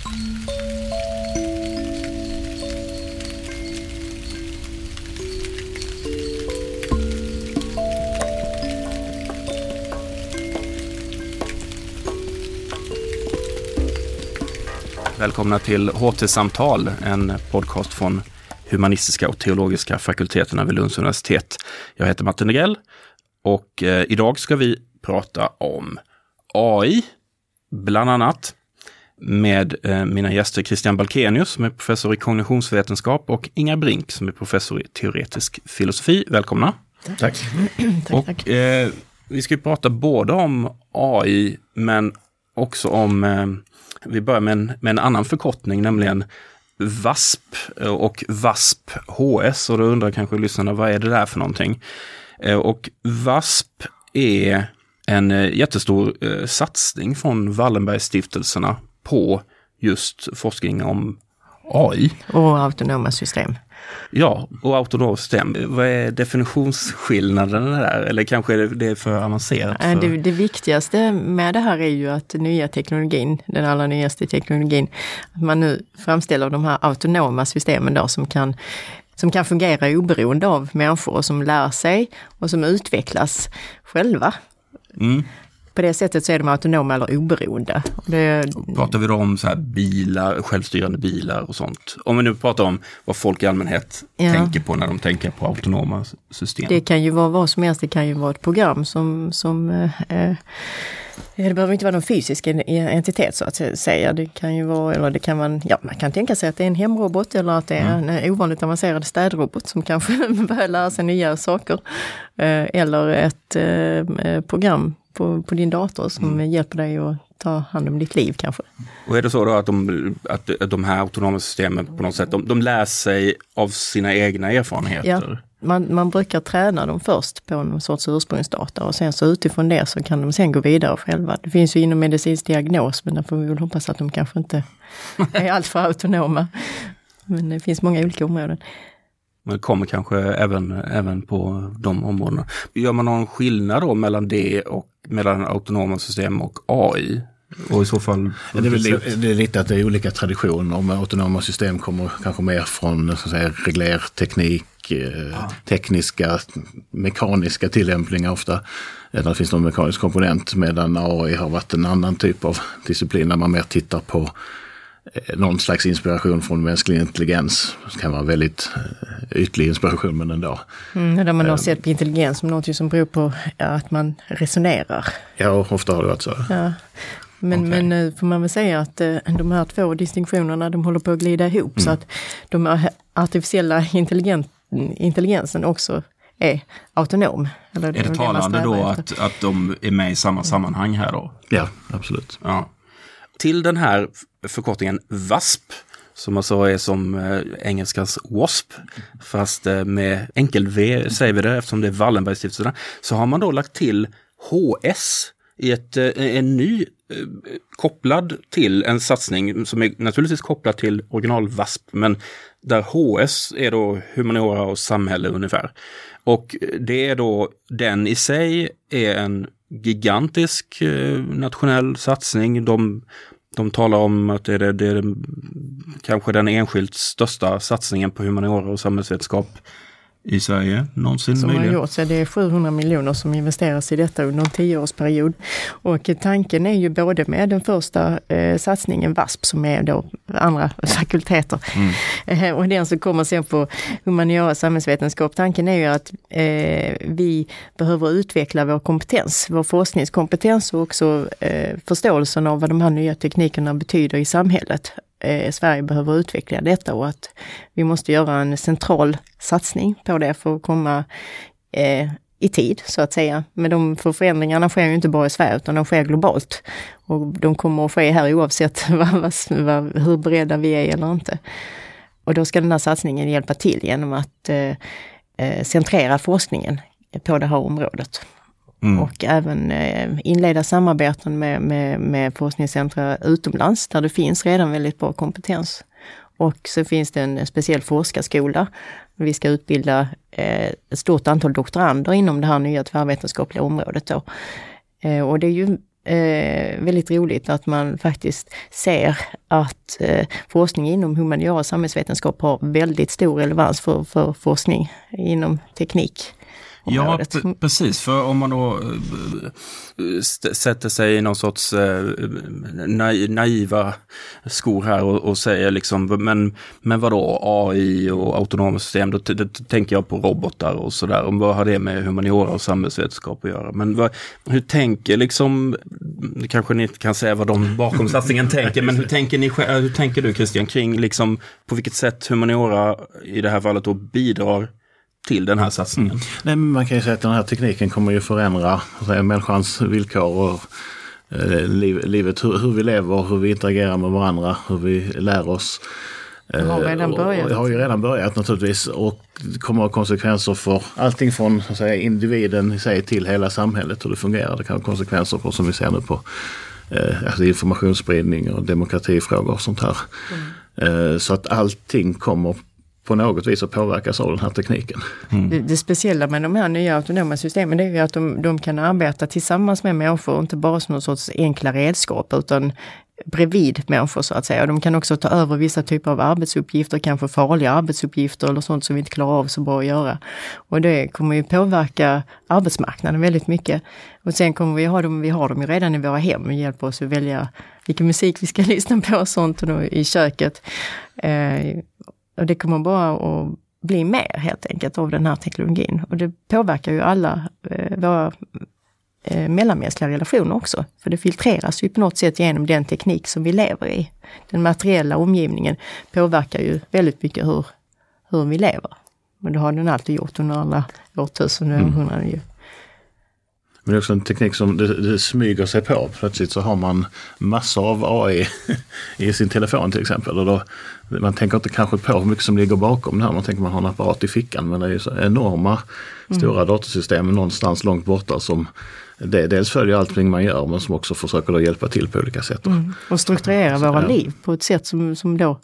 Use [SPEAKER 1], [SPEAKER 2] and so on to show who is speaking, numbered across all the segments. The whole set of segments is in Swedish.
[SPEAKER 1] Välkomna till HT-samtal, en podcast från humanistiska och teologiska fakulteterna vid Lunds universitet. Jag heter Martin Negrell och idag ska vi prata om AI, bland annat, med mina gäster Christian Balkenius som är professor i kognitionsvetenskap och Inga Brink som är professor i teoretisk filosofi. Välkomna.
[SPEAKER 2] Tack.
[SPEAKER 1] Och vi ska prata både om AI men också om... Vi börjar med en annan förkortning, nämligen VASP och VASP-HS. Och då undrar kanske lyssnarna, vad är det där för någonting? Och VASP är en jättestor satsning från Wallenbergstiftelserna på just forskning om AI.
[SPEAKER 3] Och autonoma system.
[SPEAKER 1] Ja, och autonoma system. Vad är definitionsskillnaden där? Eller kanske är det för avancerat?
[SPEAKER 3] Det viktigaste med det här är ju att nya teknologin, den allra nyaste teknologin, att man nu framställer de här autonoma systemen då som kan fungera oberoende av människor och som lär sig och som utvecklas själva. Mm. På det sättet så är de autonoma eller oberoende.
[SPEAKER 1] Pratar vi då om så här bilar, självstyrande bilar och sånt? Om vi nu pratar om vad folk i allmänhet tänker på när de tänker på autonoma system.
[SPEAKER 3] Det kan ju vara vad som helst. Det kan ju vara ett program som det behöver inte vara någon fysisk entitet så att säga. Det kan ju vara, eller det kan man kan tänka sig att det är en hemrobot eller att det är en ovanligt avancerad städrobot som kanske börjar lära sig nya saker. Eller ett program på din dator som hjälper dig att ta hand om ditt liv kanske.
[SPEAKER 1] Och är det så då att de här autonoma systemen på något sätt, de lär sig av sina egna erfarenheter?
[SPEAKER 3] Ja, man brukar träna dem först på en sorts ursprungsdata och sen så utifrån det så kan de sen gå vidare själva. Det finns ju inom medicinsk diagnos, men där får vi väl hoppas att de kanske inte är allt för autonoma. Men det finns många olika områden.
[SPEAKER 1] Men det kommer kanske även på de områdena. Gör man någon skillnad då mellan det och mellan autonoma system och AI? Och i så fall...
[SPEAKER 2] Det är lite att det är olika traditioner. Om autonoma system kommer kanske mer från så att säga, reglerteknik, tekniska, mekaniska tillämpningar ofta. Där finns någon mekanisk komponent, medan AI har varit en annan typ av disciplin där man mer tittar på någon slags inspiration från mänsklig intelligens. Det kan vara väldigt ytlig inspiration, men ändå.
[SPEAKER 3] Där man har sett på intelligens som något som beror på att man resonerar.
[SPEAKER 2] Ja, ofta har det varit så. Ja.
[SPEAKER 3] Men nu får man väl säga att de här två distinktionerna, de håller på att glida ihop. Så att de artificiella intelligensen också är autonom. Eller
[SPEAKER 1] är det talande då att de är med i samma sammanhang här då?
[SPEAKER 2] Ja, absolut.
[SPEAKER 1] Ja. Till den här förkortningen VASP, som alltså är som engelskans WASP, fast med enkel V säger vi det eftersom det är Wallenbergstiftelserna, så har man då lagt till HS i en ny kopplad till en satsning som är naturligtvis kopplad till original VASP, men där HS är då humaniora och samhälle ungefär. Och det är då, den i sig är en gigantisk nationell satsning. De talar om att det är kanske den enskilt största satsningen på humaniora och samhällsvetenskap i Sverige någonsin
[SPEAKER 3] som
[SPEAKER 1] möjligen.
[SPEAKER 3] Har gjort, så det är 700 miljoner som investeras i detta under en 10-årsperiod. Och tanken är ju både med den första satsningen VASP som är då andra fakulteter och den som kommer sen på humaniora och samhällsvetenskap. Tanken är ju att vi behöver utveckla vår kompetens, vår forskningskompetens och också förståelsen av vad de här nya teknikerna betyder i samhället. Sverige behöver utveckla detta och att vi måste göra en central satsning på det för att komma i tid så att säga. Men förändringarna sker ju inte bara i Sverige utan de sker globalt. Och de kommer att ske här oavsett hur beredda vi är eller inte. Och då ska den här satsningen hjälpa till genom att centrera forskningen på det här området. Och även inleda samarbeten med forskningscentra utomlands där det finns redan väldigt bra kompetens. Och så finns det en speciell forskarskola. Vi ska utbilda ett stort antal doktorander inom det här nya tvärvetenskapliga området då. Och det är ju väldigt roligt att man faktiskt ser att forskning inom humaniora och samhällsvetenskap har väldigt stor relevans för forskning inom teknik.
[SPEAKER 1] Ja, precis. För om man då sätter sig i någon sorts naiva skor här och säger liksom, men vadå AI och autonoma system, då tänker jag på robotar och sådär. Och vad har det med humaniora och samhällsvetenskap att göra? Men hur tänker liksom, kanske ni inte kan säga vad de bakom satsningen tänker, men hur tänker du, Christian, kring liksom på vilket sätt humaniora i det här fallet då bidrar till den här satsningen?
[SPEAKER 2] Nej, men man kan ju säga att den här tekniken kommer ju förändra människans villkor och livet, hur vi lever, hur vi interagerar med varandra, hur vi lär oss.
[SPEAKER 3] Det har redan börjat.
[SPEAKER 2] Det har ju redan börjat naturligtvis, och det kommer att ha konsekvenser för allting från så att säga, individen i sig till hela samhället, hur det fungerar. Det kan ha konsekvenser på, som vi ser nu, på alltså informationsspridning och demokratifrågor och sånt här. Så att allting kommer på något vis att påverkas av den här tekniken.
[SPEAKER 3] Det speciella med de här nya autonoma systemen, det är ju att de kan arbeta tillsammans med människor, inte bara som någon sorts enkla redskap, utan bredvid människor så att säga. De kan också ta över vissa typer av arbetsuppgifter, kanske farliga arbetsuppgifter eller sånt som vi inte klarar av så bra att göra. Och det kommer ju påverka arbetsmarknaden väldigt mycket. Och sen kommer vi har dem ju redan i våra hem och hjälper oss att välja vilken musik vi ska lyssna på och sånt, och då i köket. Och det kommer bara att bli mer helt enkelt av den här teknologin. Och det påverkar ju alla våra mellanmänskliga relationer också. För det filtreras ju på något sätt genom den teknik som vi lever i. Den materiella omgivningen påverkar ju väldigt mycket hur vi lever. Men det har den alltid gjort under alla årtusenden och århundraden ju.
[SPEAKER 2] Men det är också en teknik som det smyger sig på. Plötsligt så har man massor av AI i sin telefon till exempel. Och då, man tänker inte kanske på hur mycket som ligger bakom det här. Man tänker man har en apparat i fickan. Men det är ju så enorma stora datorsystem någonstans långt borta som dels följer allting man gör, men som också försöker då hjälpa till på olika sätt.
[SPEAKER 3] Och strukturera våra liv på ett sätt som då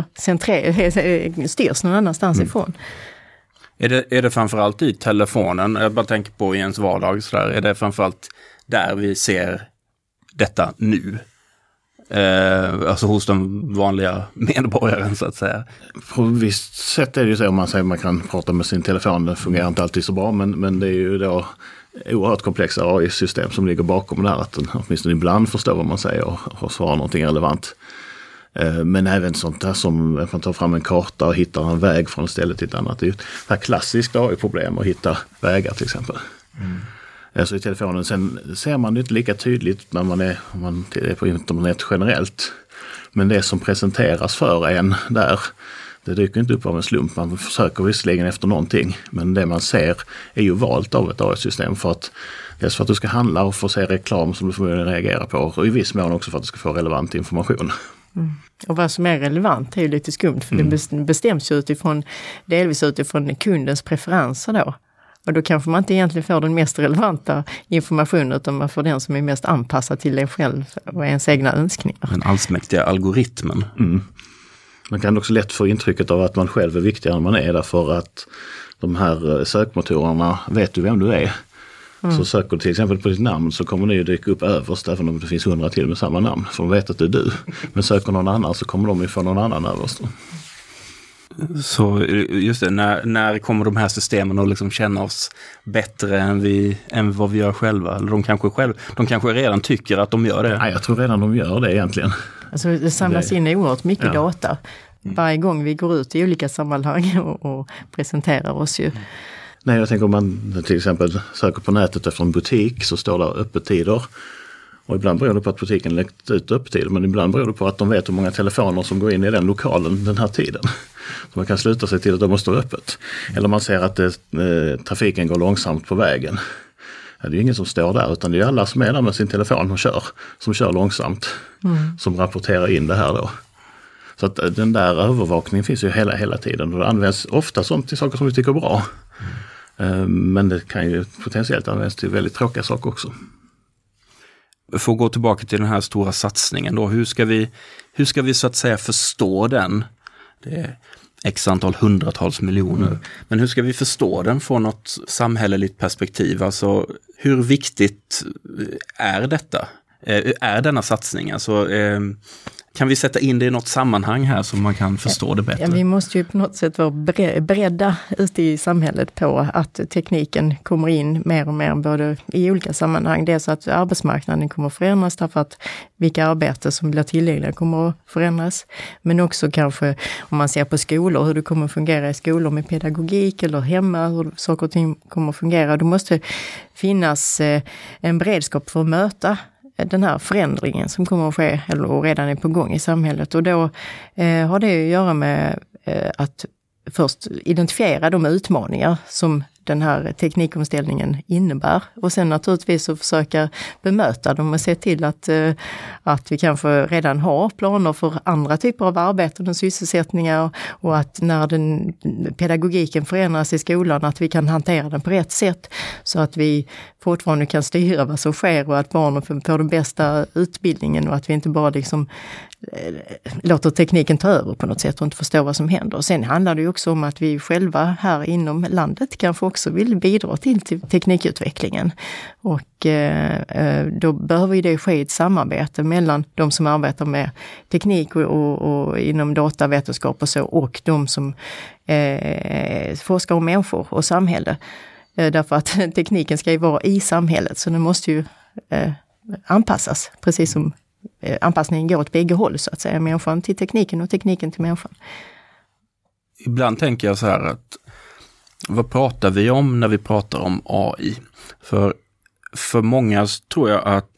[SPEAKER 3] styrs någon annanstans ifrån.
[SPEAKER 1] Är det framförallt i telefonen, jag bara tänker på i ens vardag så där, är det framförallt där vi ser detta nu? Alltså hos de vanliga medborgaren så att säga.
[SPEAKER 2] På visst sätt är det ju så, om man säger man kan prata med sin telefon, det fungerar inte alltid så bra, men det är ju då oerhört komplexa AI-system som ligger bakom det här, att den åtminstone ibland förstår vad man säger och svarar någonting relevant. Men även sånt där som att man tar fram en karta och hittar en väg från ett ställe till ett annat. Det är ju ett här klassiskt AI-problem att hitta vägar till exempel. Alltså i telefonen, sen ser man det inte lika tydligt när om man är på internet generellt. Men det som presenteras för en där, det dyker inte upp av en slump. Man försöker visserligen efter någonting, men det man ser är ju valt av ett AI-system för att dels för att du ska handla och få se reklam som du får reagera på, och i viss mån också för att du ska få relevant information.
[SPEAKER 3] Och vad som är relevant är ju lite skumt, för det bestäms ju delvis utifrån kundens preferenser då. Och då kanske man inte egentligen får den mest relevanta informationen, utan man får den som är mest anpassad till en själv och ens egna önskningar.
[SPEAKER 1] Den allsmäktiga algoritmen.
[SPEAKER 2] Man kan också lätt få intrycket av att man själv är viktigare än man är, därför att de här sökmotorerna vet du vem du är. Så söker du till exempel på ditt namn, så kommer det ju dyka upp överst, även om det finns 100 till med samma namn, för de vet att det är du. Men söker någon annan så kommer de ju få någon annan överst.
[SPEAKER 1] Så just det, när kommer de här systemen att liksom känna oss bättre än vad vi gör själva? Eller de kanske redan tycker att de gör det?
[SPEAKER 2] Nej, jag tror redan de gör det egentligen.
[SPEAKER 3] Alltså det samlas in oerhört mycket data. Varje gång vi går ut i olika sammanhang och presenterar oss ju.
[SPEAKER 2] Nej, jag tänker om man till exempel söker på nätet efter en butik, så står där öppettider. Och ibland beror det på att butiken läggt ut öppettider, men ibland beror det på att de vet hur många telefoner som går in i den lokalen den här tiden. Så man kan sluta sig till att de måste vara öppet. Eller man ser att trafiken går långsamt på vägen. Ja, det är ju ingen som står där, utan det är alla som är där med sin telefon och som kör långsamt, som rapporterar in det här då. Så att den där övervakningen finns ju hela tiden, och det används ofta till saker som vi tycker är bra. Men det kan ju potentiellt användas till väldigt tråkiga saker också.
[SPEAKER 1] För att gå tillbaka till den här stora satsningen då, hur ska vi så att säga förstå den? Det är x antal hundratals miljoner. Men hur ska vi förstå den från något samhälleligt perspektiv? Alltså hur viktigt är detta? är denna satsning? Alltså, kan vi sätta in det i något sammanhang här så man kan förstå det bättre?
[SPEAKER 3] Ja, vi måste ju på något sätt vara beredda ute i samhället på att tekniken kommer in mer och mer både i olika sammanhang. Det är så att arbetsmarknaden kommer att förändras därför att vilka arbeten som blir tillgängliga kommer att förändras. Men också kanske om man ser på skolor, hur det kommer att fungera i skolor med pedagogik eller hemma, hur saker och ting kommer att fungera. Då måste finnas en beredskap för att möta den här förändringen som kommer att ske eller redan är på gång i samhället. Och då har det att göra med att först identifiera de utmaningar som den här teknikomställningen innebär. Och sen naturligtvis att försöka bemöta dem och se till att vi kanske redan har planer för andra typer av arbeten och sysselsättningar. Och att när pedagogiken förändras i skolan att vi kan hantera den på rätt sätt. Så att vi fortfarande kan styra vad som sker och att barnen får den bästa utbildningen och att vi inte bara liksom låter tekniken ta över på något sätt och inte förstår vad som händer. Och sen handlar det ju också om att vi själva här inom landet kanske också vill bidra till teknikutvecklingen. Och då behöver ju det ske ett samarbete mellan de som arbetar med teknik och inom datavetenskap och så och de som forskar om människor och samhälle. Därför att tekniken ska ju vara i samhället så den måste ju anpassas precis som anpassningen går åt bägge håll så att säga, människan till tekniken och tekniken till människan.
[SPEAKER 1] Ibland tänker jag så här att vad pratar vi om när vi pratar om AI? För många tror jag att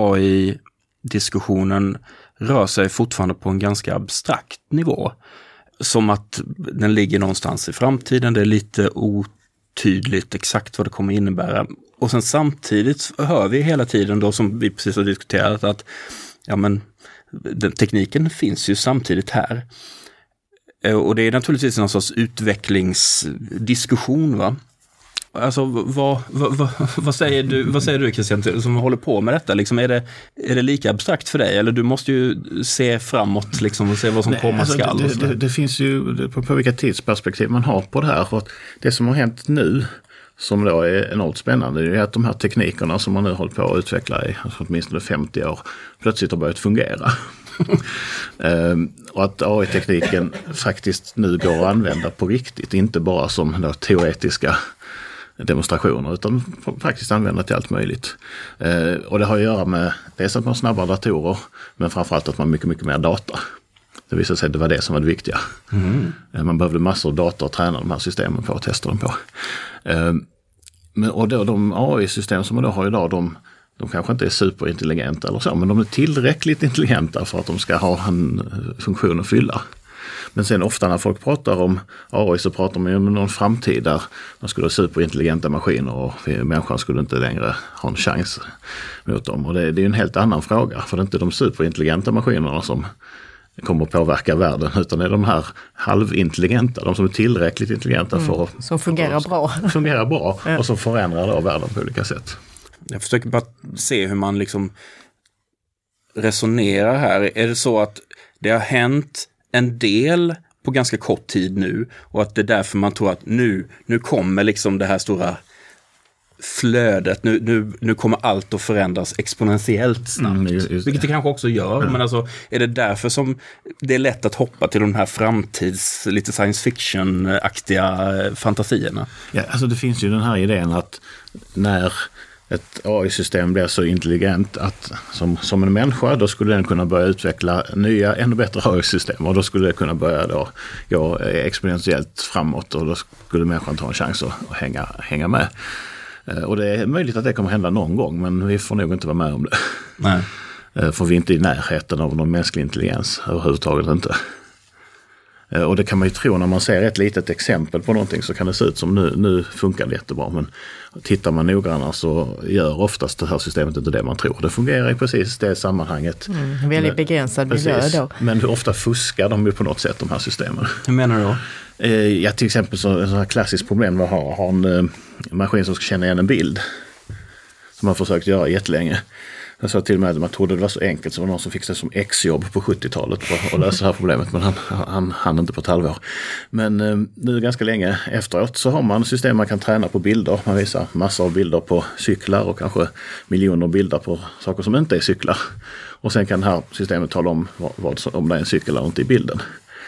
[SPEAKER 1] AI-diskussionen rör sig fortfarande på en ganska abstrakt nivå. Som att den ligger någonstans i framtiden, det är lite otydligt exakt vad det kommer innebära. Och sen samtidigt hör vi hela tiden då som vi precis har diskuterat att ja men den tekniken finns ju samtidigt här. Och det är naturligtvis någon sorts utvecklingsdiskussion va. Alltså vad säger du Christian som håller på med detta? Liksom, är det lika abstrakt för dig? Eller du måste ju se framåt liksom, och se vad som komma skall.
[SPEAKER 2] Det finns ju på vilka tidsperspektiv man har på det här. Och det som har hänt nu som då är enormt spännande är att de här teknikerna som man nu håller på att utveckla i åtminstone 50 år plötsligt har börjat fungera. Och att AI-tekniken faktiskt nu går att använda på riktigt, inte bara som då teoretiska demonstrationer utan faktiskt använda till allt möjligt. Och det har att göra med dels att man har snabbare datorer men framförallt att man har mycket, mycket mer data. Det visade sig att det var det som var det viktiga. Man behövde massor av data att träna de här systemen på och testa dem på. Och då de AI-system som man då har idag, de kanske inte är superintelligenta eller så, men de är tillräckligt intelligenta för att de ska ha en funktion att fylla. Men sen ofta när folk pratar om AI så pratar man ju om någon framtid där man skulle ha superintelligenta maskiner och människan skulle inte längre ha en chans mot dem. Och det är ju en helt annan fråga, för det är inte de superintelligenta maskinerna som kommer att påverka världen, utan det är de här halvintelligenta, de som är tillräckligt intelligenta för att
[SPEAKER 3] som fungerar bra
[SPEAKER 2] och som förändrar då världen på olika sätt.
[SPEAKER 1] Jag försöker bara se hur man liksom resonerar här. Är det så att det har hänt en del på ganska kort tid nu och att det är därför man tror att nu kommer liksom det här stora flödet, nu kommer allt att förändras exponentiellt snabbt. Vilket det kanske också gör, men alltså är det därför som det är lätt att hoppa till de här framtids, lite science fiction-aktiga fantasierna? Ja,
[SPEAKER 2] alltså det finns ju den här idén att när ett AI-system blir så intelligent att som en människa, då skulle den kunna börja utveckla nya, ännu bättre AI-system och då skulle det kunna börja då gå exponentiellt framåt och då skulle människan ta en chans att hänga med. Och det är möjligt att det kommer hända någon gång, men vi får nog inte vara med om det.
[SPEAKER 1] Nej.
[SPEAKER 2] För vi är inte i närheten av någon mänsklig intelligens överhuvudtaget inte. Och det kan man ju tro när man ser ett litet exempel på någonting så kan det se ut som nu funkar det jättebra. Men tittar man noggrannare så gör oftast det här systemet inte det man tror. Det fungerar i precis det sammanhanget.
[SPEAKER 3] Väldigt begränsad miljö då.
[SPEAKER 2] Men hur ofta fuskar de ju på något sätt de här systemen.
[SPEAKER 1] Hur menar du då?
[SPEAKER 2] Ja, till exempel så här klassiskt problem att ha en maskin som ska känna igen en bild. Som man har försökt göra jättelänge. Jag sa till och med att man trodde det var så enkelt, så var någon som fick det som exjobb på 70-talet för att lösa det här problemet, men han hann inte på ett halvår. Men nu ganska länge efteråt så har man system man kan träna på bilder. Man visar massor av bilder på cyklar och kanske miljoner bilder på saker som inte är cyklar. Och sen kan det här systemet tala om om det är en cykel eller inte i bilden.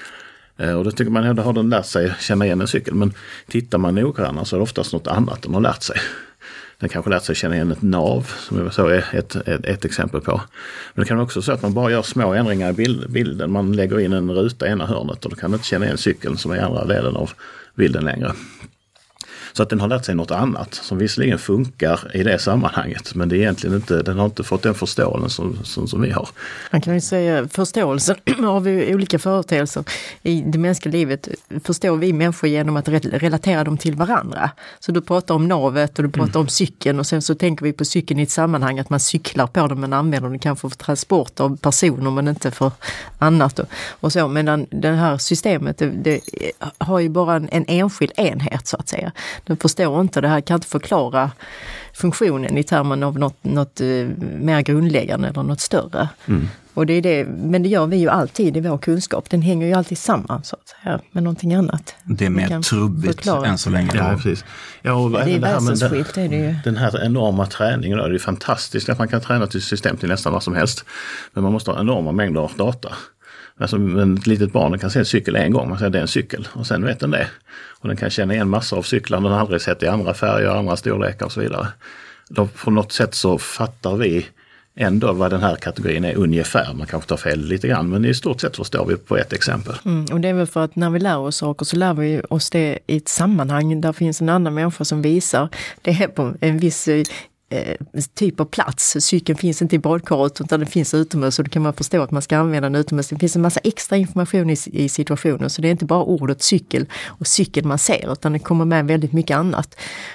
[SPEAKER 2] Och då tycker man att har den lärt sig känna igen en cykel, men tittar man noggrannare så är det oftast något annat den har lärt sig. Den kanske lärt sig känna igen ett nav, som jag så är ett exempel på. Men det kan också så att man bara gör små ändringar i bilden. Man lägger in en ruta i ena hörnet och då kan man inte känna igen cykeln som är i andra delen av bilden längre. Så att den har lärt sig något annat som visserligen funkar i det sammanhanget, men det är egentligen inte, den har inte fått den förståelsen som vi har.
[SPEAKER 3] Man kan ju säga förståelsen av olika företeelser i det mänskliga livet förstår vi människor genom att relatera dem till varandra. Så du pratar om navet och du pratar om cykeln, och sen så tänker vi på cykeln i ett sammanhang att man cyklar på den, men använder den kanske för transport av personer men inte för annat. Och så, medan det här systemet det har ju bara en enskild enhet så att säga. Den förstår inte det här, kan inte förklara funktionen i termen av något mer grundläggande eller något större. Och det är det, men det gör vi ju alltid i vår kunskap. Den hänger ju alltid samman så att säga med någonting annat.
[SPEAKER 1] Det är mer trubbigt än så länge.
[SPEAKER 2] Ja, precis. Ja, och
[SPEAKER 3] det är väsensskilt, det är det ju.
[SPEAKER 2] Den här enorma träningen då, det är fantastiskt att man kan träna till system till nästan vad som helst. Men man måste ha enorma mängder av data. Alltså ett litet barn kan se en cykel en gång, man säger det är en cykel och sen vet den det. Och den kan känna igen massor av cyklar den har aldrig sett i andra färger, andra storlekar och så vidare. Då på något sätt så fattar vi ändå vad den här kategorin är ungefär. Man kanske tar fel lite grann, men i stort sett förstår vi på ett exempel.
[SPEAKER 3] Och det är väl för att när vi lär oss saker så lär vi oss det i ett sammanhang där finns en annan människa som visar det är på en viss typ av plats. Cykeln finns inte i badkaret utan den finns utomhus, och då kan man förstå att man ska använda den utomhus. Det finns en massa extra information i situationen, så det är inte bara ordet cykel och cykel man ser, utan det kommer med väldigt mycket annat.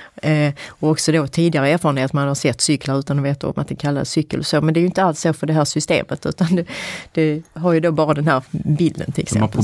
[SPEAKER 3] Och också då tidigare erfarenhet man har sett cyklar utan att veta om att det kallas cykel och så, men det är ju inte alls så för det här systemet, utan det har ju då bara den här bilden till exempel.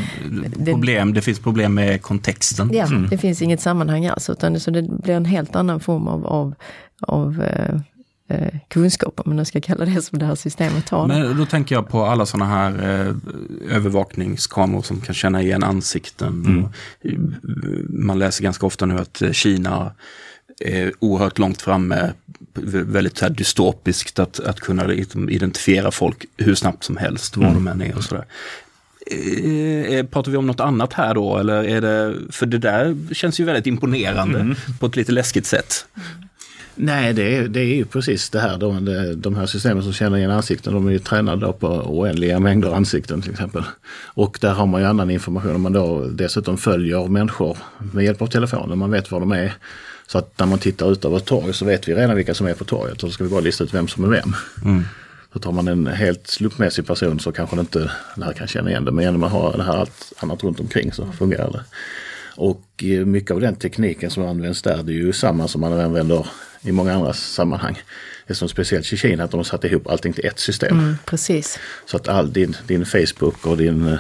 [SPEAKER 1] Det finns problem med kontexten.
[SPEAKER 3] Ja, det finns inget sammanhang alls, utan så det blir en helt annan form av kunskap, om man ska kalla det som det här systemet har.
[SPEAKER 1] Men då tänker jag på alla sådana här övervakningskameror som kan känna igen ansikten. Och man läser ganska ofta nu att Kina är oerhört långt framme, väldigt här dystopiskt att kunna identifiera folk hur snabbt som helst, var de än är och sådär. Pratar vi om något annat här då? Eller är det, för det där känns ju väldigt imponerande på ett lite läskigt sätt.
[SPEAKER 2] Nej, det är ju precis det här. De här systemen som känner igen ansikten, de är ju tränade på oändliga mängder ansikten till exempel. Och där har man ju annan information om man då dessutom följer människor med hjälp av telefonen. Man vet var de är. Så att när man tittar ut över ett torg så vet vi redan vilka som är på torget. Och så ska vi bara lista ut vem som är vem. Så tar man en helt slumpmässig person så kanske inte det här kan känna igen det. Men genom att ha det här allt annat runt omkring så fungerar det. Och mycket av den tekniken som används där, det är ju samma som man använder i många andra sammanhang. Det är som speciellt i Kina att de har satt ihop allting till ett system.
[SPEAKER 3] Precis.
[SPEAKER 2] Så att all din Facebook och din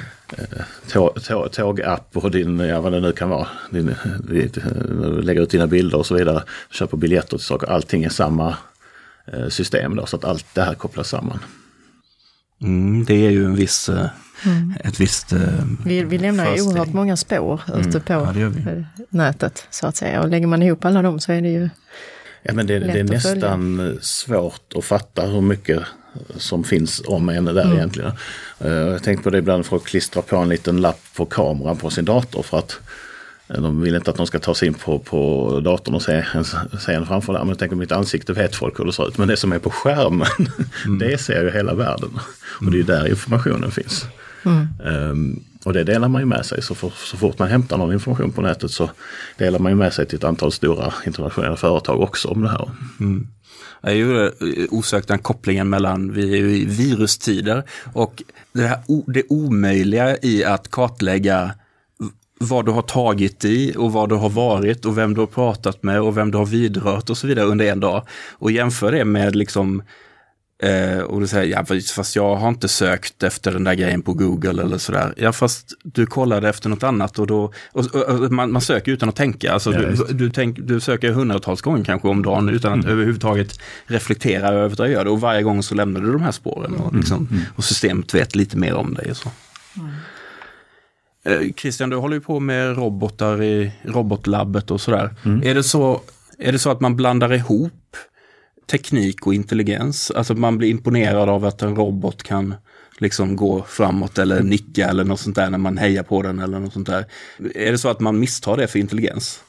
[SPEAKER 2] tågapp och din, vad det nu kan vara, lägger ut dina bilder och så vidare, köper biljetter till saker, allting är samma system då, så att allt det här kopplas samman.
[SPEAKER 1] Det är ju en viss ett visst
[SPEAKER 3] vi lämnar oerhört många spår ute på nätet så att säga, och lägger man ihop alla dem så är det ju
[SPEAKER 2] men det är nästan svårt att fatta hur mycket som finns om en där egentligen. Jag tänkte på det ibland, för att klistra på en liten lapp på kameran på sin dator, för att de vill inte att de ska ta sig in på datorn och se en framför där. Men jag tänker, mitt ansikte vet folk hur det ser ut. Men det som är på skärmen, det ser ju hela världen. Och det är ju där informationen finns. Och det delar man ju med sig. Så fort man hämtar någon information på nätet så delar man ju med sig till ett antal stora internationella företag också om det här.
[SPEAKER 1] Det är ju osökt den kopplingen mellan, vi är ju i virustider, och det omöjliga i att kartlägga vad du har tagit i och vad du har varit och vem du har pratat med och vem du har vidrört och så vidare under en dag, och jämför det med liksom Och du säger, ja fast jag har inte sökt efter den där grejen på Google eller sådär. Ja fast du kollade efter något annat och man söker utan att tänka. Alltså du söker hundratals gånger kanske om dagen utan att överhuvudtaget reflektera över vad jag gör. Och varje gång så lämnar du de här spåren och systemet vet lite mer om dig och så. Christian, du håller ju på med robotar i robotlabbet och sådär. Är det så att man blandar ihop teknik och intelligens? Alltså man blir imponerad av att en robot kan liksom gå framåt eller nicka eller något sånt där när man hejar på den eller något sånt där. Är det så att man misstar det för intelligens?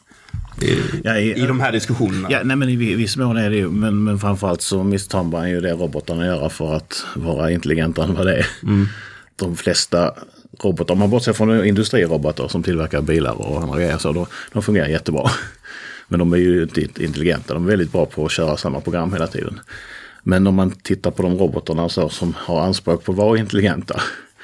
[SPEAKER 1] I de här diskussionerna?
[SPEAKER 2] Ja, nej, men i viss mån är det ju, men framförallt så misstar man ju det robotarna gör för att vara intelligentare än vad det är. De flesta robotar, om man bortser från industrirobotar som tillverkar bilar och andra grejer, så de fungerar jättebra. Men de är ju inte intelligenta, de är väldigt bra på att köra samma program hela tiden. Men om man tittar på de robotarna som har anspråk på att vara intelligenta,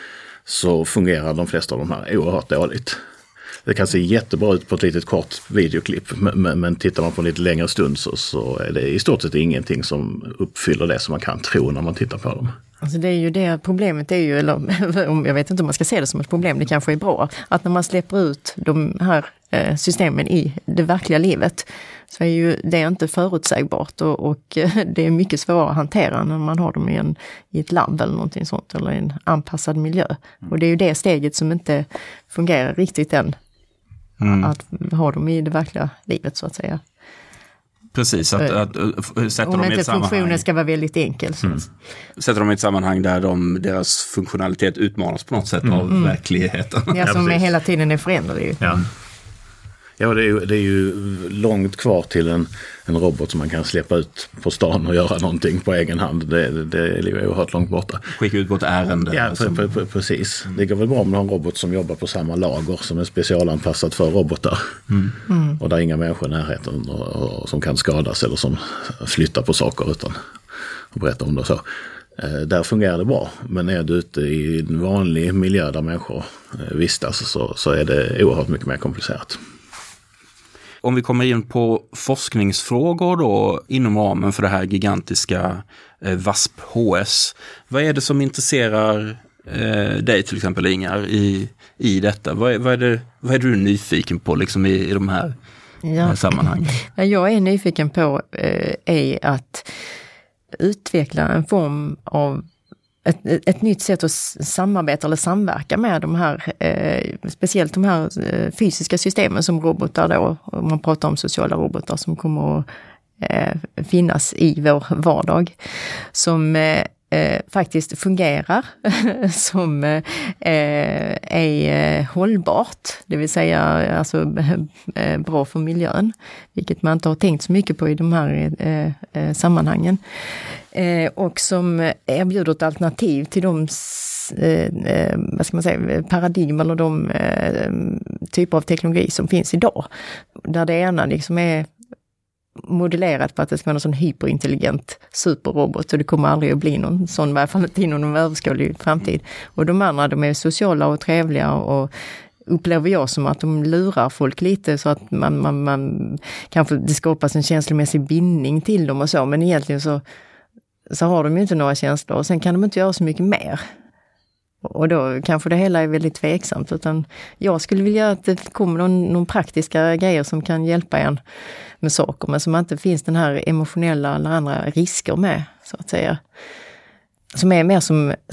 [SPEAKER 2] så fungerar de flesta av de här oerhört dåligt. Det kan se jättebra ut på ett litet kort videoklipp, men tittar man på en lite längre stund så är det i stort sett ingenting som uppfyller det som man kan tro när man tittar på dem.
[SPEAKER 3] Alltså det är ju det problemet är ju, eller jag vet inte om man ska se det som ett problem, det kanske är bra, att när man släpper ut de här systemen i det verkliga livet så är ju det inte förutsägbart och det är mycket svårare att hantera när man har dem i ett labb eller någonting sånt, eller i en anpassad miljö. Och det är ju det steget som inte fungerar riktigt än, att ha dem i det verkliga livet så att säga.
[SPEAKER 1] Precis, att sätta dem i ett sammanhang.
[SPEAKER 3] Funktionen ska vara väldigt enkel.
[SPEAKER 1] Sätter dem i ett sammanhang där deras funktionalitet utmanas på något sätt av verkligheten.
[SPEAKER 3] Ja, som hela tiden är föränderlig.
[SPEAKER 2] Ja, det är ju långt kvar till en robot som man kan släppa ut på stan och göra någonting på egen hand. Det ligger oerhört långt borta.
[SPEAKER 1] Skicka ut på ett ärende.
[SPEAKER 2] Ja, precis. Det går väl bra om du har en robot som jobbar på samma lager som är specialanpassat för robotar. Och där är inga människor i närheten och som kan skadas eller som flyttar på saker utan att berätta om det och så. Där fungerar det bra, men är du ute i en vanlig miljö där människor vistas så är det oerhört mycket mer komplicerat.
[SPEAKER 1] Om vi kommer in på forskningsfrågor då inom ramen för det här gigantiska VASP-HS. Vad är det som intresserar dig till exempel, Ingar, i detta? Vad är du nyfiken på liksom i de här sammanhangen?
[SPEAKER 3] Jag är nyfiken på är att utveckla en form av ett nytt sätt att samarbeta eller samverka med de här, speciellt de här fysiska systemen som robotar då, om man pratar om sociala robotar som kommer att finnas i vår vardag, som faktiskt fungerar, som är hållbart, det vill säga alltså bra för miljön, vilket man inte har tänkt så mycket på i de här sammanhangen. Och som erbjuder ett alternativ till de vad ska man säga, paradigm eller de typer av teknologi som finns idag. Där det ena liksom är modellerat på att det ska vara en sån hyperintelligent superrobot, och det kommer aldrig att bli någon sån, i varje fall inte inom någon överskådlig framtid. Och de andra, de är sociala och trevliga och upplever jag som att de lurar folk lite så att man kanske det skapas en känslomässig bindning till dem och så, men egentligen så har de ju inte några känslor och sen kan de inte göra så mycket mer. Och då kanske det hela är väldigt tveksamt, utan jag skulle vilja att det kommer någon praktiska grejer som kan hjälpa en med saker, men som inte finns den här emotionella eller andra risker med, så att säga. Som är mer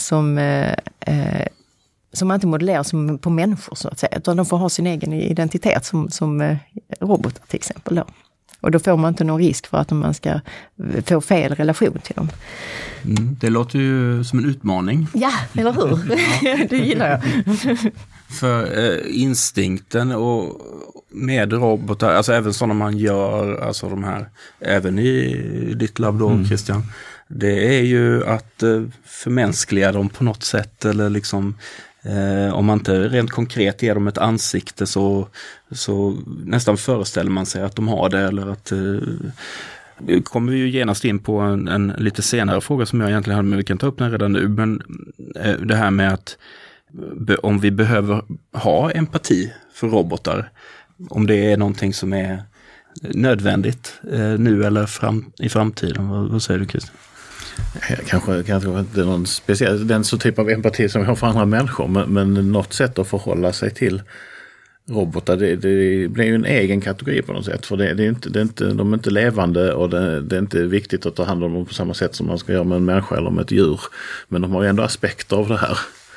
[SPEAKER 3] som man inte modellerar som på människor, så att säga, utan de får ha sin egen identitet som robotar till exempel då. Och då får man inte någon risk för att man ska få fel relation till dem.
[SPEAKER 1] Det låter ju som en utmaning.
[SPEAKER 3] Ja, eller hur? Det gillar jag.
[SPEAKER 1] För instinkten och med robotar, alltså även sådana man gör, alltså de här, även i ditt labb då, Christian, det är ju att förmänskliga dem på något sätt, eller liksom om man inte rent konkret ger dem ett ansikte så nästan föreställer man sig att de har det, eller att kommer vi ju genast in på en lite senare fråga som jag egentligen hade, men vi kan ta upp den redan nu, men det här med att om vi behöver ha empati för robotar, om det är någonting som är nödvändigt nu eller i framtiden. Vad säger du, Christian?
[SPEAKER 2] Kanske inte någon speciell, den så typ av empati som vi har för andra människor, men något sätt att förhålla sig till robotar, det blir ju en egen kategori på något sätt, för de är inte levande, och det är inte viktigt att ta hand om dem på samma sätt som man ska göra med en människa eller med ett djur, men de har ju ändå aspekter av det här.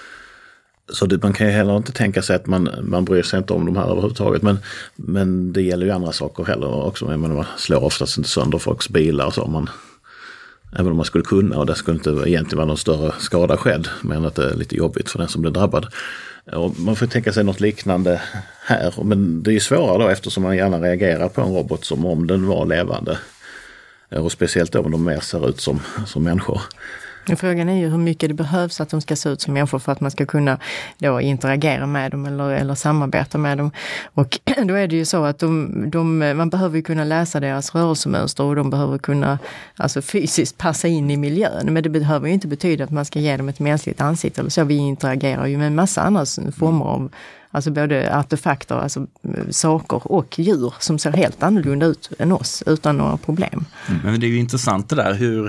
[SPEAKER 2] Så man kan ju heller inte tänka sig att man bryr sig inte om de här överhuvudtaget, men det gäller ju andra saker heller också. Jag menar, man slår oftast inte sönder folks bilar, så även om man skulle kunna, och det skulle inte egentligen vara någon större skada skedd, men att det är lite jobbigt för den som blir drabbad. Och man får tänka sig något liknande här, men det är ju svårare då, eftersom man gärna reagerar på en robot som om den var levande, och speciellt då om de mer ser ut som människor.
[SPEAKER 3] Frågan är ju hur mycket det behövs att de ska se ut som människor för att man ska kunna då interagera med dem eller samarbeta med dem. Och då är det ju så att man behöver kunna läsa deras rörelsemönster, och de behöver kunna alltså fysiskt passa in i miljön. Men det behöver ju inte betyda att man ska ge dem ett mänskligt ansikte eller så. Vi interagerar ju med en massa andra former av, alltså både artefakter, alltså saker och djur som ser helt annorlunda ut än oss utan några problem.
[SPEAKER 1] Men det är ju intressant det där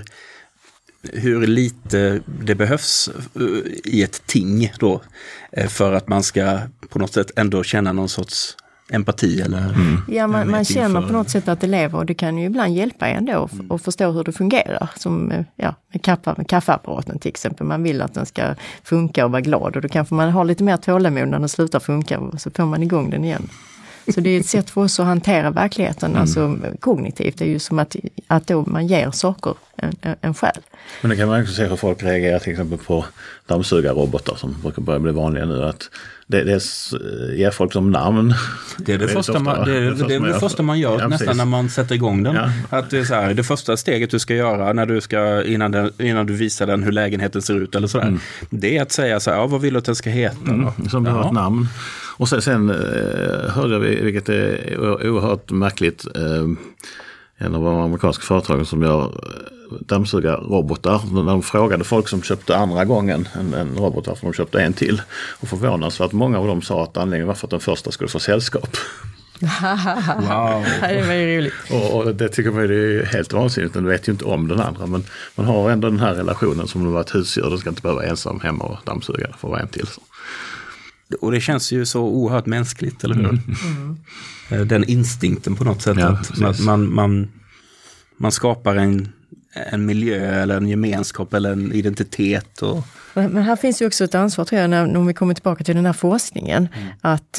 [SPEAKER 1] hur lite det behövs i ett ting då för att man ska på något sätt ändå känna någon sorts empati eller...
[SPEAKER 3] Ja, man känner på något sätt att det lever, och det kan ju ibland hjälpa en då att förstå hur det fungerar. Som med kaffeapparaten till exempel. Man vill att den ska funka och vara glad, och då kanske man har lite mer tålamod när den slutar funka, och så får man igång den igen. Så det är ett sätt för oss att hantera verkligheten, alltså kognitivt. Det är ju som att då man ger saker en själ.
[SPEAKER 2] Men det kan man också se hur folk reagerar till exempel på dammsugarrobotar som brukar börja bli vanliga nu. Att det ger folk som namn.
[SPEAKER 1] Det är det första man gör nästan när man sätter igång den. Ja. Att det är så här, det första steget du ska göra när du ska, innan du visar den hur lägenheten ser ut eller sådär. Det är att säga så här, vad vill du att den ska heta?
[SPEAKER 2] Som du har ett namn. Och sen hörde jag, vilket är oerhört märkligt, en av de amerikanska företagen som gör dammsugarrobotar, när de frågade folk som köpte andra gången en robotar, för de köpte en till, och förvånas för att många av dem sa att anledningen var för att den första skulle få sällskap.
[SPEAKER 3] Wow. Det var ju roligt.
[SPEAKER 2] Och det tycker man är helt vansinnigt, den vet ju inte om den andra, men man har ändå den här relationen som det var ett husdjur, den ska inte behöva ensam hemma och dammsuga, för vara en till. Så.
[SPEAKER 1] Och det känns ju så oerhört mänskligt, eller hur? Den instinkten på något sätt, att man skapar en miljö eller en gemenskap eller en identitet.
[SPEAKER 3] Men här finns ju också ett ansvar, tror jag, när vi kommer tillbaka till den här forskningen, att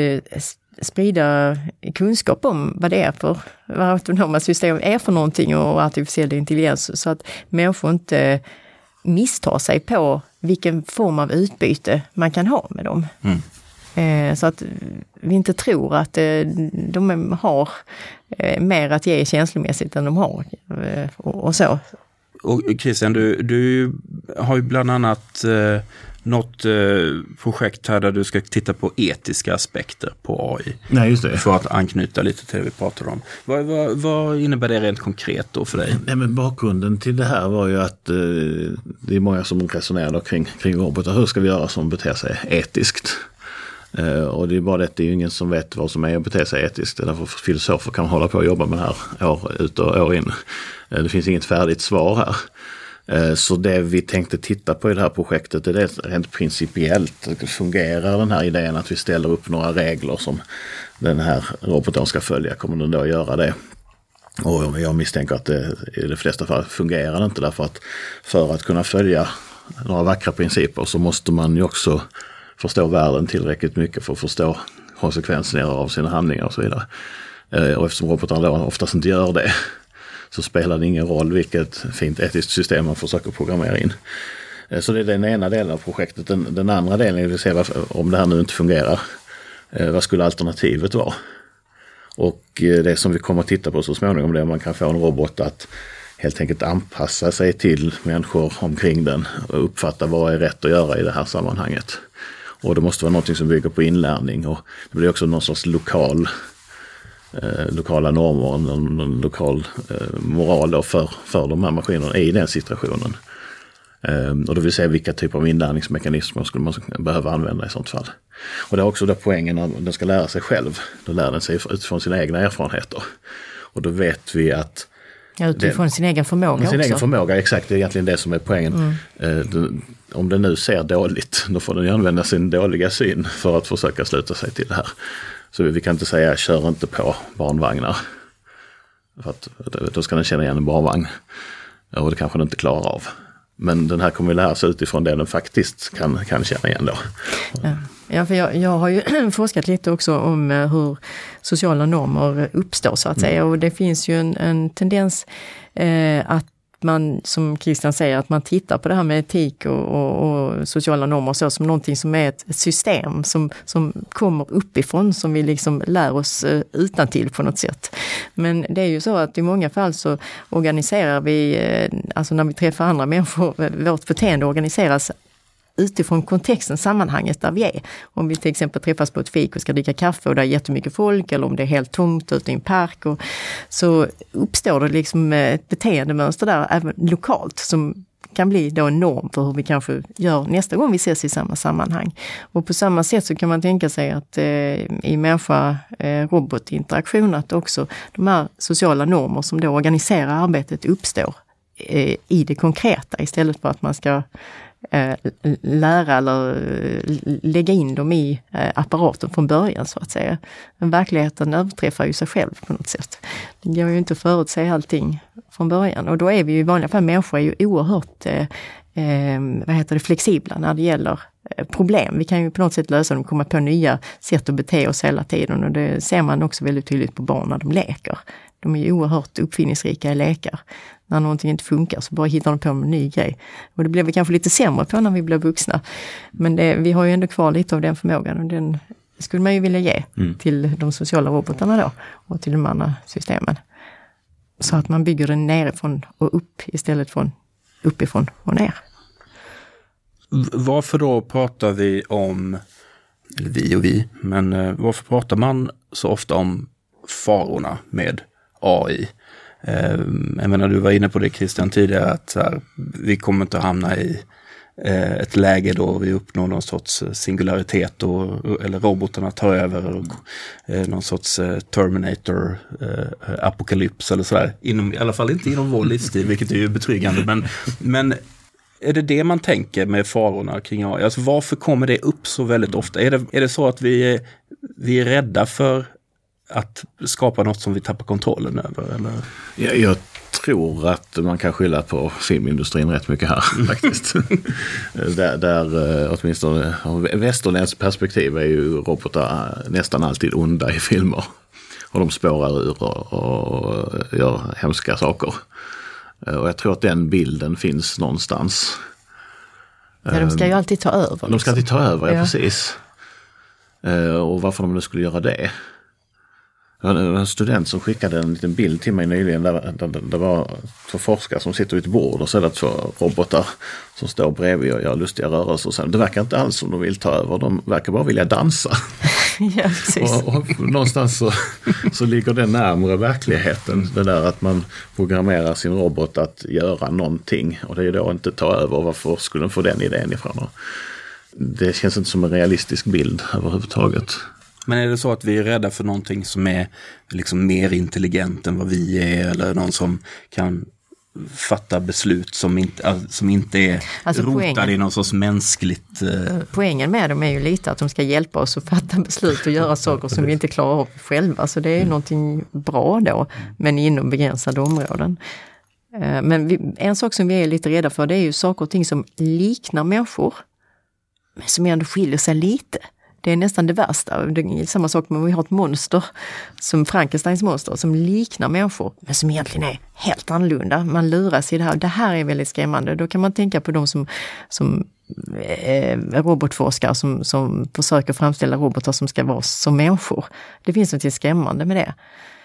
[SPEAKER 3] sprida kunskap om vad det är för, vad autonoma system är för någonting, och artificiell intelligens, så att människor inte misstar sig på vilken form av utbyte man kan ha med dem. Så att vi inte tror att de har mer att ge känslomässigt än de har, och så.
[SPEAKER 1] Och Christian, du har ju bland annat något projekt här där du ska titta på etiska aspekter på AI.
[SPEAKER 2] Nej, just det.
[SPEAKER 1] För att anknyta lite till det vi pratar om. Vad innebär det rent konkret då för dig?
[SPEAKER 2] Nej, men bakgrunden till det här var ju att det är många som resonerar då kring robotar. Hur ska vi göra som beter sig etiskt? Och det är bara det är ju ingen som vet vad som är att bete sig etiskt. Därför filosofer kan hålla på och jobba med det här år ut och år in. Det finns inget färdigt svar här. Så det vi tänkte titta på i det här projektet är det rent principiellt. Fungerar den här idén att vi ställer upp några regler som den här roboten ska följa? Kommer den då att göra det? Och jag misstänker att det i de flesta fall fungerar inte, därför att för att kunna följa några vackra principer så måste man ju också förstå världen tillräckligt mycket för att förstå konsekvenserna av sina handlingar och så vidare. Och eftersom robotarna då oftast inte gör det, så spelar det ingen roll vilket fint etiskt system man försöker programmera in. Så det är den ena delen av projektet. Den andra delen är att se om det här nu inte fungerar. Vad skulle alternativet vara? Och det som vi kommer att titta på så småningom, det är om man kan få en robot att helt enkelt anpassa sig till människor omkring den och uppfatta vad är rätt att göra i det här sammanhanget. Och det måste vara något som bygger på inlärning, och det blir också någon sorts lokala normer, en lokal moral då för de här maskinerna i den situationen. Och då vill säga vilka typer av inlärningsmekanismer skulle man behöva använda i sånt fall. Och det är också då poängen att den ska lära sig själv. Då lär den sig utifrån sina egna erfarenheter. Och då vet vi att
[SPEAKER 3] Utifrån sin egen förmåga också.
[SPEAKER 2] Sin egen förmåga, exakt. Det är egentligen det som är poängen. Om den nu ser dåligt, då får den ju använda sin dåliga syn för att försöka sluta sig till det här. Så vi kan inte säga, kör inte på barnvagnar. För att då ska den känna igen en barnvagn. Och det kanske den inte klarar av. Men den här kommer att lära sig utifrån det den faktiskt kan känna igen då.
[SPEAKER 3] Ja, för jag har ju forskat lite också om hur sociala normer uppstår så att säga. Och det finns ju en tendens att man, som Christian säger, att man tittar på det här med etik och sociala normer så som någonting som är ett system som kommer uppifrån, som vi liksom lär oss utantill på något sätt. Men det är ju så att i många fall så organiserar vi, alltså när vi träffar andra människor, vårt beteende organiseras utifrån kontexten, sammanhanget där vi är. Om vi till exempel träffas på ett fik och ska dricka kaffe och det är jättemycket folk, eller om det är helt tomt ute i en park, så uppstår det liksom ett beteendemönster där även lokalt som kan bli då en norm för hur vi kanske gör nästa gång vi ses i samma sammanhang. Och på samma sätt så kan man tänka sig att i människa-robotinteraktion att också de här sociala normer som då organiserar arbetet uppstår i det konkreta istället för att man ska lära eller lägga in dem i apparaten från början så att säga. Men verkligheten överträffar ju sig själv på något sätt. Det går ju inte att förutse allting från början. Och då är vi ju i vanliga fall, människor är ju oerhört flexibla när det gäller problem. Vi kan ju på något sätt lösa dem, komma på nya sätt att bete oss hela tiden. Och det ser man också väldigt tydligt på barn när de leker. De är ju oerhört uppfinningsrika i lekar. När någonting inte funkar så bara hittar de på en ny grej. Och det blev vi kanske lite sämre på när vi blev vuxna. Men vi har ju ändå kvar lite av den förmågan. Och den skulle man ju vilja ge till de sociala robotarna då. Och till de andra systemen. Så att man bygger den nerifrån och upp istället från uppifrån och ner.
[SPEAKER 1] Varför då pratar vi om, eller vi, men varför pratar man så ofta om farorna med AI? Jag menar, du var inne på det, Christian, tidigare, att så här, vi kommer inte hamna i ett läge då vi uppnår någon sorts singularitet eller robotarna tar över och någon sorts Terminator apokalyps eller sådär. I alla fall inte inom vår livstid, vilket är ju betryggande. Men är det man tänker med farorna kring AI? Alltså varför kommer det upp så väldigt ofta? Är det så att vi är rädda för att skapa något som vi tappar kontrollen över? Eller?
[SPEAKER 2] Jag tror att man kan skylla på filmindustrin rätt mycket här faktiskt. där åtminstone västerländsk perspektiv är ju robotar nästan alltid onda i filmer. Och de spårar ur och gör hemska saker. Och jag tror att den bilden finns någonstans.
[SPEAKER 3] Ja, de ska ju alltid ta över.
[SPEAKER 2] De ska alltid ta över, ja precis. Och varför de nu skulle göra det? Det var en student som skickade en liten bild till mig nyligen där det var två forskare som sitter vid ett bord och så är det två robotar som står bredvid och gör lustiga rörelser. Och sen, det verkar inte alls som de vill ta över, de verkar bara vilja dansa.
[SPEAKER 3] Ja, precis.
[SPEAKER 2] och någonstans så ligger det närmare verkligheten, det där att man programmerar sin robot att göra någonting och det är då inte ta över. Varför skulle den få den idén ifrån? Det känns inte som en realistisk bild överhuvudtaget.
[SPEAKER 1] Men är det så att vi är rädda för någonting som är liksom mer intelligent än vad vi är, eller någon som kan fatta beslut som inte är alltså rotade i någon sorts mänskligt...
[SPEAKER 3] Poängen med dem är ju lite att de ska hjälpa oss att fatta beslut och göra saker som vi inte klarar av själva. Så det är någonting bra då, men inom begränsade områden. Men en sak som vi är lite rädda för, det är ju saker och ting som liknar människor, men som ändå skiljer sig lite. Det är nästan det värsta. Det är samma sak med att vi har ett monster som Frankensteins monster som liknar människor men som egentligen är helt annorlunda. Man luras i det här. Det här är väldigt skrämmande. Då kan man tänka på de som robotforskare som försöker framställa robotar som ska vara som människor. Det finns något skrämmande med det.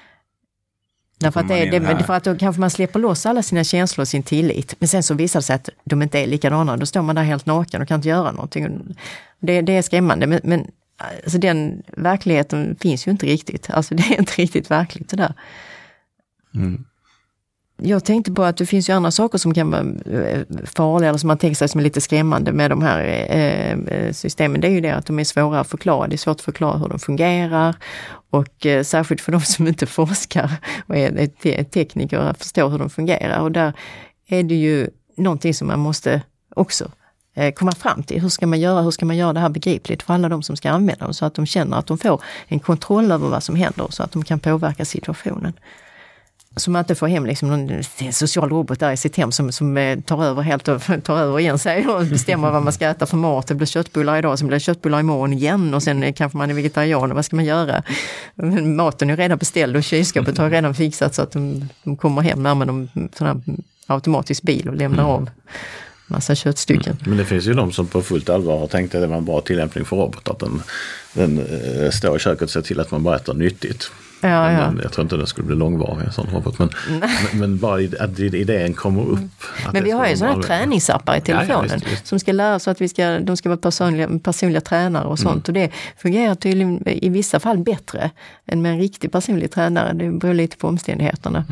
[SPEAKER 3] För att då kanske man släpper loss alla sina känslor och sin tillit. Men sen så visar det sig att de inte är likadana. Då står man där helt naken och kan inte göra någonting. Det är skrämmande. Men alltså, den verkligheten finns ju inte riktigt. Alltså det är inte riktigt verkligt det där.
[SPEAKER 1] Mm.
[SPEAKER 3] Jag tänkte på att det finns ju andra saker som kan vara farliga eller som man tänker sig som är lite skrämmande med de här systemen. Det är ju det att de är svåra att förklara. Det är svårt att förklara hur de fungerar och särskilt för de som inte forskar och är tekniker att förstå hur de fungerar. Och där är det ju någonting som man måste också komma fram till. Hur ska man göra det här begripligt för alla de som ska använda dem så att de känner att de får en kontroll över vad som händer så att de kan påverka situationen. Så man inte får hem liksom en social robot där i sitt hem som tar över igen sig och bestämmer vad man ska äta för mat. Det blir köttbullar idag, sen blir det köttbullar imorgon igen och sen kanske man är vegetarian och vad ska man göra? Maten är redan beställd och kylskåpet har redan fixat så att de kommer hem när man sån här automatisk bil och lämnar av massa köttstycken.
[SPEAKER 2] Men det finns ju de som på fullt allvar har tänkt att det var en bra tillämpning för robot att den står i köket och ser till att man bara äter nyttigt.
[SPEAKER 3] Ja.
[SPEAKER 2] Jag tror inte det skulle bli långvarig en sån robot, men bara att idén kommer upp.
[SPEAKER 3] Men vi har ju sådana här träningsappar i telefonen som ska lära så att de ska vara personliga tränare och sånt. Och det fungerar tydligen i vissa fall bättre än med en riktig personlig tränare. Det beror lite på omständigheterna.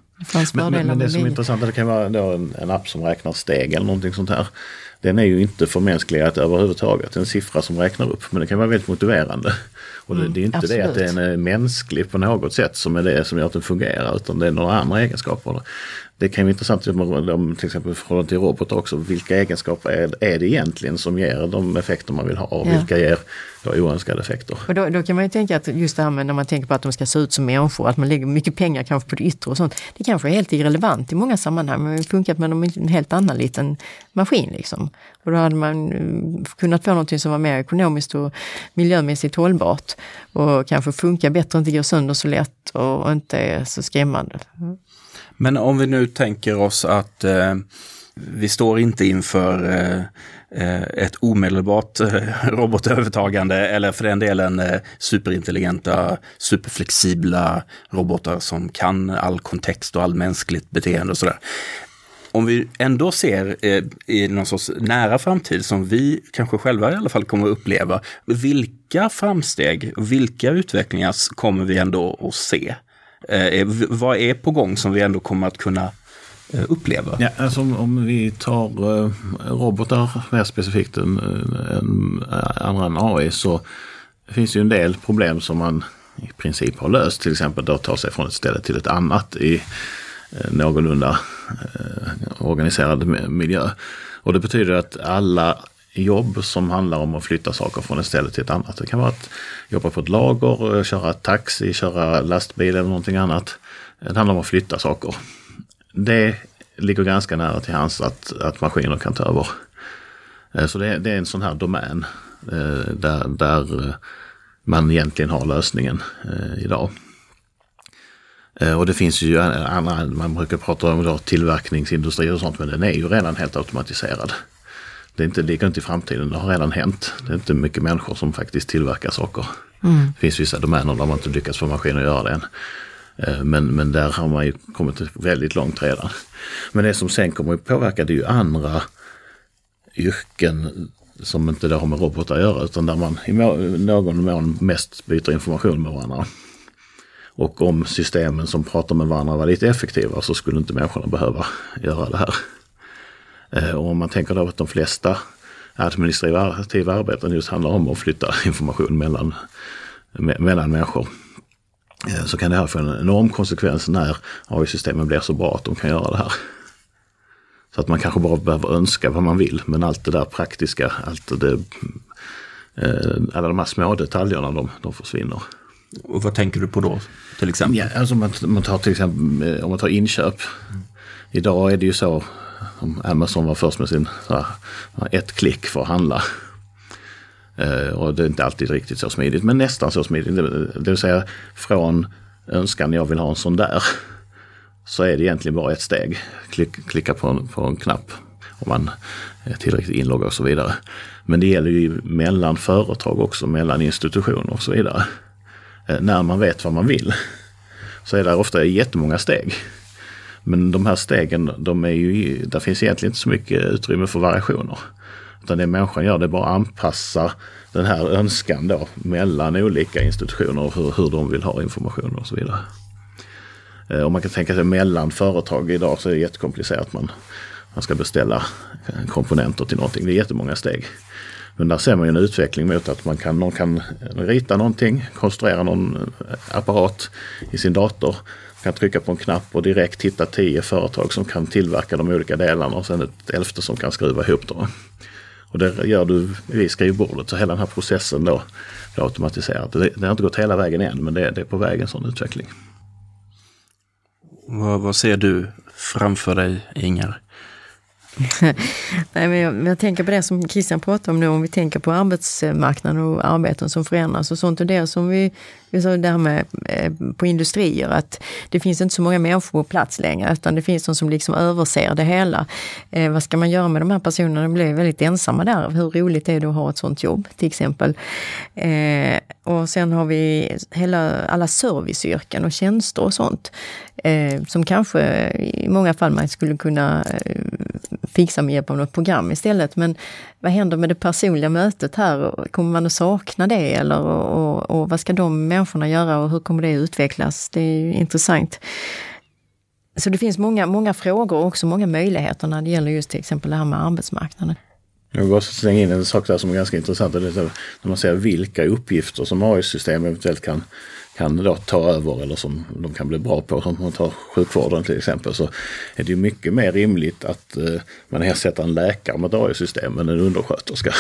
[SPEAKER 2] Men det som är intressant, det kan vara då en app som räknar steg eller någonting sånt här. Den är ju inte förmänskligad överhuvudtaget. En siffra som räknar upp, men det kan vara väldigt motiverande. Och det är inte absolut det att den är mänsklig på något sätt som är det som gör att den fungerar, utan det är några andra egenskaper. Det kan vara intressant om till exempel förhållande till robot också. Vilka egenskaper är det egentligen som ger de effekter man vill ha och vilka ger då oönskade effekter? Och
[SPEAKER 3] då kan man ju tänka att just det här med när man tänker på att de ska se ut som människor, att man lägger mycket pengar kanske på det yttre och sånt. Det kanske är helt irrelevant i många sammanhang, men det har funkat med en helt annan liten maskin liksom. Och då hade man kunnat få någonting som var mer ekonomiskt och miljömässigt hållbart och kanske funkar bättre, inte går sönder så lätt och inte är så skrämmande.
[SPEAKER 1] Men om vi nu tänker oss att vi står inte inför ett omedelbart robotövertagande eller för den delen superintelligenta, superflexibla robotar som kan all kontext och all mänskligt beteende och sådär. Om vi ändå ser i någon sorts nära framtid som vi kanske själva i alla fall kommer att uppleva, vilka framsteg och vilka utvecklingar kommer vi ändå att se? Vad är på gång som vi ändå kommer att kunna uppleva? Ja,
[SPEAKER 2] alltså om vi tar robotar mer specifikt andra än AI, så finns ju en del problem som man i princip har löst. Till exempel att ta sig från ett ställe till ett annat i någorlunda organiserad miljö. Och det betyder att alla jobb som handlar om att flytta saker från ett ställe till ett annat. Det kan vara att jobba på ett lager, köra taxi, köra lastbil eller någonting annat. Det handlar om att flytta saker. Det ligger ganska nära till hands att maskiner kan ta över. Så det är en sån här domän där man egentligen har lösningen idag. Och det finns ju andra, man brukar prata om tillverkningsindustri och sånt, men den är ju redan helt automatiserad. Det ligger inte i framtiden, det har redan hänt. Det är inte mycket människor som faktiskt tillverkar saker. Det finns vissa domäner där man inte lyckats få maskiner att göra det än. Men där har man ju kommit väldigt långt redan. Men det som sen kommer att påverka, det är ju andra yrken som inte har med robotar att göra, utan där man i någon mån mest byter information med varandra. Och om systemen som pratar med varandra var lite effektiva, så skulle inte människorna behöva göra det här. Och om man tänker då att de flesta administrativa arbeten just handlar om att flytta information mellan människor, så kan det här få en enorm konsekvens när AI-systemen blir så bra att de kan göra det här. Så att man kanske bara behöver önska vad man vill, men allt det där praktiska, alla de här små detaljerna, de försvinner.
[SPEAKER 1] Och vad tänker du på då till exempel?
[SPEAKER 2] Ja, alltså man tar till exempel, om man tar inköp. Idag är det ju så, om Amazon var först med sin ett klick för att handla. Och det är inte alltid riktigt så smidigt, men nästan så smidigt. Det vill säga från önskan jag vill ha en sån där, så är det egentligen bara ett steg. Klicka på en knapp om man är tillräckligt inloggad och så vidare. Men det gäller ju mellan företag också, mellan institutioner och så vidare. När man vet vad man vill, så är det ofta jättemånga steg. Men de här stegen, där finns egentligen inte så mycket utrymme för variationer. Utan det människan gör, det är bara att anpassa den här önskan då mellan olika institutioner och hur de vill ha information och så vidare. Om man kan tänka sig mellan företag idag så är det jättekomplicerat. Man ska beställa komponenter till någonting. Det är jättemånga steg. Men där ser man ju en utveckling mot att någon kan rita någonting, konstruera någon apparat i sin dator, kan trycka på en knapp och direkt hitta 10 företag som kan tillverka de olika delarna och sen ett 11:e som kan skruva ihop dem. Och det gör du vid skrivbordet, så hela den här processen då är automatiserad. Det har inte gått hela vägen än, men det är på vägen sån utveckling.
[SPEAKER 1] Vad ser du framför dig, Inger?
[SPEAKER 3] Nej, men jag tänker på det som Christian pratar om nu, om vi tänker på arbetsmarknaden och arbeten som förändras och sånt, och det som vi sa där med på industrier, att det finns inte så många människor på plats längre, utan det finns de som liksom överser det hela. Vad ska man göra med de här personerna? De blir väldigt ensamma där. Hur roligt är det att ha ett sånt jobb till exempel? Och sen har vi alla serviceyrken och tjänster och sånt som kanske i många fall man skulle kunna fixa med hjälp av något program istället. Men vad händer med det personliga mötet här? Kommer man att sakna det? Eller, och vad ska de människorna göra och hur kommer det utvecklas? Det är ju intressant. Så det finns många frågor och också många möjligheter när det gäller just till exempel det här med arbetsmarknaden.
[SPEAKER 2] Jag vill bara slänga in en sak där som är ganska intressant. Det är när man ser vilka uppgifter som AI-system eventuellt kan då ta över eller som de kan bli bra på, som man tar sjukvården till exempel, så är det ju mycket mer rimligt att man ersätter en läkare med ett AI-system än en undersköterska.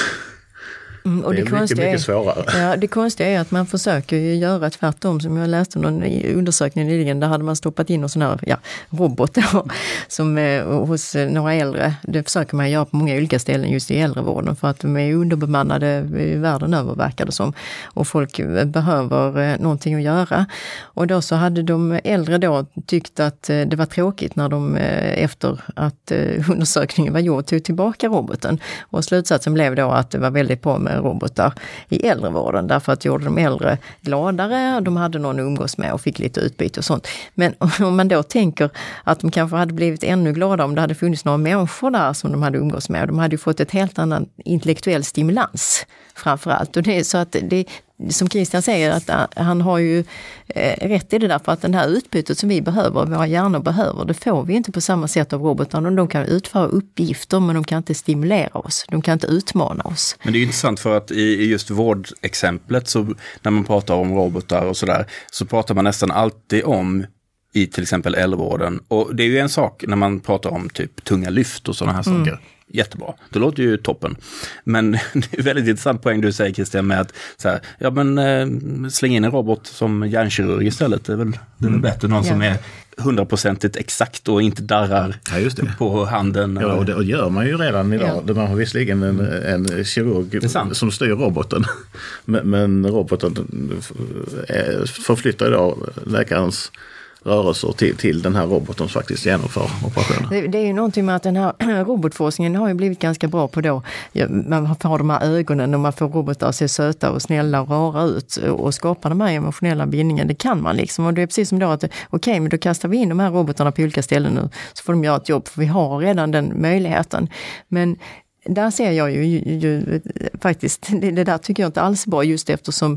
[SPEAKER 2] Och det är mycket svårare.
[SPEAKER 3] Ja, det konstiga är att man försöker ju göra tvärtom, som jag läste någon undersökning nyligen, där hade man stoppat in en sån här robot då, som hos några äldre. Det försöker man göra på många olika ställen just i äldrevården, för att de är underbemannade världen över, verkar det som. Och folk behöver någonting att göra. Och då så hade de äldre då tyckt att det var tråkigt när de efter att undersökningen var gjord tog tillbaka roboten. Och slutsatsen blev då att det var väldigt bra med robotar i äldrevården, därför att gjorde de äldre gladare, de hade någon att umgås med och fick lite utbyte och sånt. Men om man då tänker att de kanske hade blivit ännu gladare om det hade funnits några människor där som de hade umgås med, och de hade ju fått ett helt annan intellektuell stimulans framförallt. Och det är så att det, som Christian säger, att han har ju rätt i det där, för att den här utbytet som vi behöver, våra hjärnor behöver, det får vi inte på samma sätt av robotarna. De kan utföra uppgifter, men de kan inte stimulera oss. De kan inte utmana oss. Men
[SPEAKER 1] det är ju intressant, för att i just vårdexemplet, så när man pratar om robotar och sådär, så pratar man nästan alltid om i till exempel äldrevården. Och det är ju en sak när man pratar om typ tunga lyft och sådana här saker. Jättebra. Det låter ju toppen. Men det är väldigt intressant poäng du säger, Christian, med att så här, ja men släng in en robot som hjärnkirurg istället. Det är väl bättre någon som är 100% exakt och inte darrar på handen.
[SPEAKER 2] Ja, och det gör man ju redan idag. Ja. Man har visserligen en kirurg som styr roboten. Men roboten förflyttar idag läkarens rörelser till den här roboten som faktiskt genomför operationen.
[SPEAKER 3] Det är ju någonting med att den här robotforskningen har ju blivit ganska bra på då. Man får de här ögonen och man får robotar att se söta och snälla och rara ut och skapa de här emotionella bindningarna. Det kan man liksom. Och det är precis som då att okej, men då kastar vi in de här robotarna på olika ställen nu, så får de göra ett jobb, för vi har redan den möjligheten. Men där ser jag ju faktiskt, det där tycker jag inte alls bra, just eftersom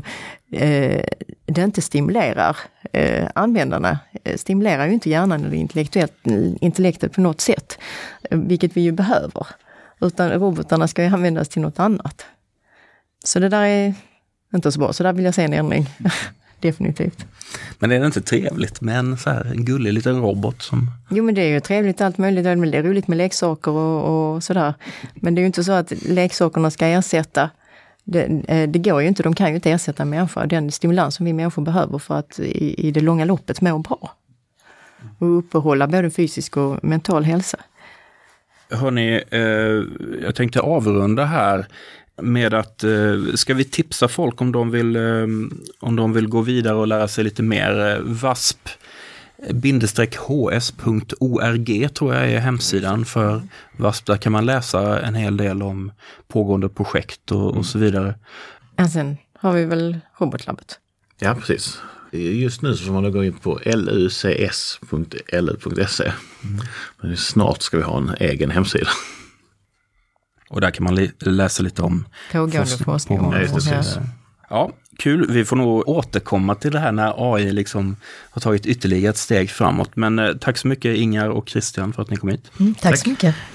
[SPEAKER 3] det inte stimulerar användarna, stimulerar ju inte hjärnan eller intellektet på något sätt, vilket vi ju behöver, utan robotarna ska ju användas till något annat. Så det där är inte så bra, så där vill jag se en ändring. Definitivt.
[SPEAKER 1] Men är det inte trevligt med en så här en gullig liten robot som... Jo,
[SPEAKER 3] men det är ju trevligt allt möjligt. Det är roligt med leksaker och sådär. Men det är ju inte så att leksakerna ska ersätta. Det går ju inte. De kan ju inte ersätta människor. Den stimulans som vi människor behöver för att i det långa loppet må bra. Och uppehålla både fysisk och mental hälsa.
[SPEAKER 1] Hörrni, jag tänkte avrunda här med att ska vi tipsa folk om de vill gå vidare och lära sig lite mer. wasp-hs.org tror jag är hemsidan för WASP. Där kan man läsa en hel del om pågående projekt och så vidare.
[SPEAKER 3] Och sen har vi väl robotlabbet.
[SPEAKER 2] Ja, precis. Just nu så får man gå in på lucs.lu.se. Men snart ska vi ha en egen hemsida.
[SPEAKER 1] Och där kan man läsa lite om
[SPEAKER 3] pågående forskning.
[SPEAKER 1] Ja, Kul, vi får nog återkomma till det här när AI liksom har tagit ytterligare ett steg framåt. Men tack så mycket Ingar och Christian för att ni kom hit.
[SPEAKER 4] Tack så mycket.